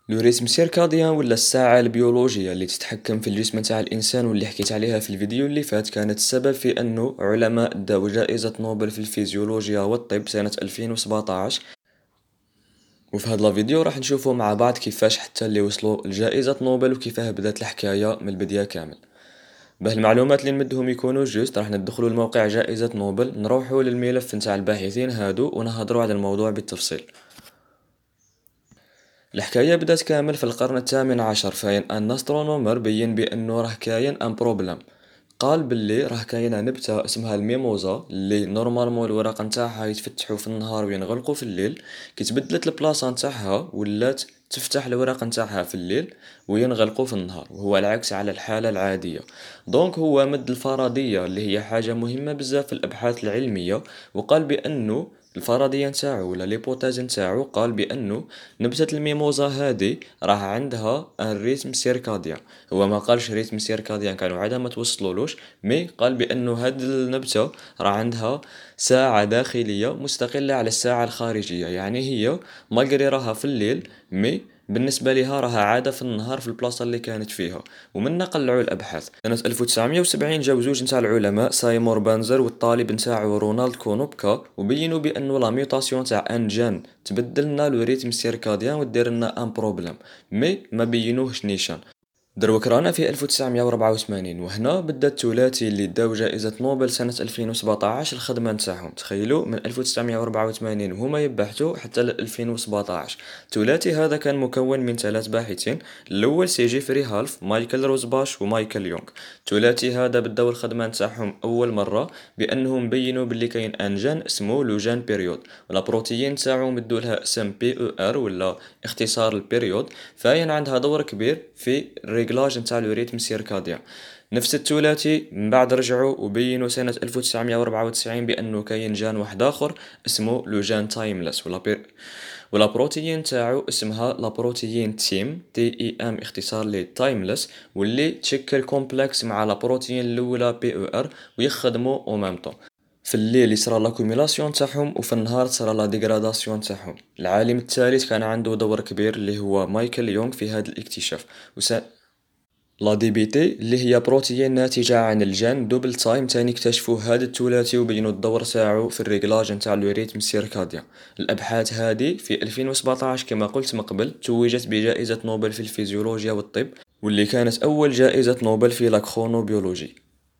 لو ريتم سيركاديان ولا الساعة البيولوجية اللي تتحكم في الجسم نتاع الإنسان واللي حكيت عليها في الفيديو اللي فات كانت السبب في أنه علماء داو جائزة نوبل في الفيزيولوجيا والطب سنة 2017. وفي هذا الفيديو راح نشوفوا مع بعض كيفاش حتى اللي وصلوا لجائزة نوبل وكيفاه بدات الحكاية من البداية كامل. به المعلومات اللي نمدهم يكونوا جوست راح ندخلوا لموقع جائزة نوبل، نروحوا للملف نتاع الباحثين هادو ونهضروا على الموضوع بالتفصيل. الحكاية بدات كامل في القرن الثامن عشر، فين ان استرونومر بين بانه راه كاين ان بروبلم. قال باللي راه كاينه نبته اسمها الميموزا اللي نورمالمون الورق نتاعها يتفتحوا في النهار وينغلقوا في الليل. كي تبدلت البلاصه نتاعها ولات تفتح الورق نتاعها في الليل وينغلقوا في النهار، وهو العكس على الحاله العاديه. دونك هو مد الفرضيه اللي هي حاجه مهمه بزاف في الابحاث العلميه، وقال بانه الفرضيه نتاعو ولا ليبوتاز نتاعو قال بانه نبتة الميموزا هادي راه عندها ان ريتم سيركاديان. هو ما قالش ريتم سيركاديان، كانوا عادة ما توصلولوش، مي قال بانه هاد النبتة راه عندها ساعة داخلية مستقلة على الساعة الخارجية، يعني هي مالغري راها في الليل مي بالنسبة لها راها عادة في النهار في البلاصة اللي كانت فيها. ومن قلعوا الأبحاث سنة 1970 جاو زوج نتاع العلماء سايمور بانزر والطالب نتاعو رونالد كونوبكا، وبينوا بأنه لا ميوتاسيون تاع ان جين تبدل لنا لو ريتم سيركاديان ودير لنا ان بروبليم، مي ما بينوهش نيشان. دروك رانا في 1984، وهنا بدا الثلاثي اللي داو جائزة نوبل سنة 2017 الخدمة نتاعهم. تخيلوا من 1984 وهما يبحثوا حتى ل 2017. الثلاثي هذا كان مكون من ثلاث باحثين، الأول سي جيفري هالف، مايكل روزباش ومايكل يونغ. الثلاثي هذا بداو الخدمة نتاعهم أول مرة بأنهم بينوا باللي كاين ان جين اسمه لو جين بيريود، ولا بروتيين نتاعو مدولها اسم بي او ار ولا اختصار البيريود، فاين عندها دور كبير في الريغلاج نتاع لو ريتم سيركاديان. نفس الثلاثي من بعد رجعوا وبينوا سنة 1994 بأنه كاين جان واحد آخر اسمه لو جان تايمليس ولا بروتيين تاعو اسمها لا بروتيين تيم تي اي ام اختصار لي تايمليس، واللي تشكل كومبلكس مع لا بروتيين الاولى بي او ار ويخدموا او ميم طون. في الليل يصرى لاكوميلاسيون تاعهم وفي النهار تصرى لا ديغراداسيون تاعهم. العالم الثالث كان عنده دور كبير اللي هو مايكل يونغ في هذا الاكتشاف. لا دي بي تي اللي هي بروتيين ناتجة عن الجين دوبل تايم تاني اكتشفوا هذا الثلاثي وبينوا الدور تاعو في الريغلاج نتاع لو ريتم سيركاديان. الابحاث هذه في 2017 كما قلت من قبل توجت بجائزة نوبل في الفيزيولوجيا والطب، واللي كانت اول جائزة نوبل في لا كرونوبيولوجي.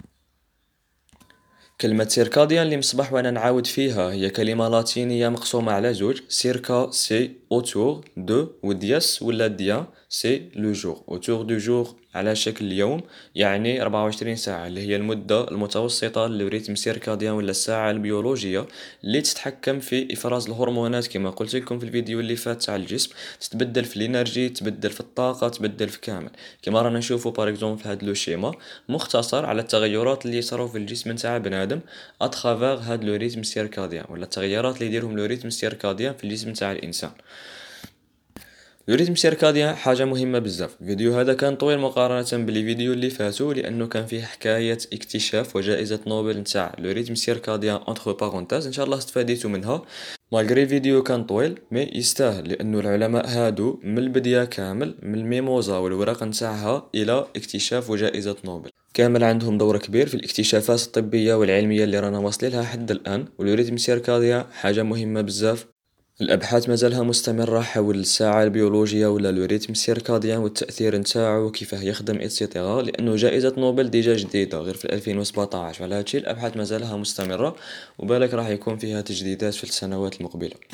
كلمة سيركاديان اللي مصبح وانا نعاود فيها هي كلمة لاتينية مقسومة على زوج، سيركا سي اوتور دو ودياس ولا ديا سي لو جور، اوتور دو جور على شكل اليوم، يعني 24 ساعة اللي هي المدة المتوسطة للريتم سيركاديان ولا الساعة البيولوجية اللي تتحكم في إفراز الهرمونات كما قلت لكم في الفيديو اللي فات تاع الجسم، تتبدل في الانرجي، تبدل في الطاقة، تبدل في كامل. كما رانا نشوفو باغ اكزومبل في هاد لو شيما مختصر على التغيرات اللي يصراو في الجسم نتاع بنادم اترافيغ هاد لو ريتم سيركاديان ولا التغيرات اللي يديرهم لو ريتم سيركاديان في الجسم نتاع الانسان. لو ريتم سيركاديان حاجة مهمة بزاف. الفيديو هذا كان طويل مقارنة بالفيديو اللي فاتو لأنه كان فيه حكاية اكتشاف وجائزة نوبل نتاع لو ريتم سيركاديان انتر بارونتاز، إن شاء الله استفاديتو منها. مالغري الفيديو كان طويل مي يستاهل، لأنه العلماء هادو من البداية كامل من الميموزا والورق نتاعها إلى اكتشاف وجائزة نوبل كامل عندهم دور كبير في الاكتشافات الطبية والعلمية اللي رانا واصلين لها حد الآن. والريتم سيركاديان حاجة مهمة بزاف. الأبحاث مازالها مستمرة حول الساعة البيولوجية ولا الريتم السيركاديان والتأثير نتاعو وكيفاه يخدم إتسيتيرا، لأنه جائزة نوبل ديجا جديدة غير في 2017، وعلى هادشي الأبحاث مازالها مستمرة وبالك راح يكون فيها تجديدات في السنوات المقبلة.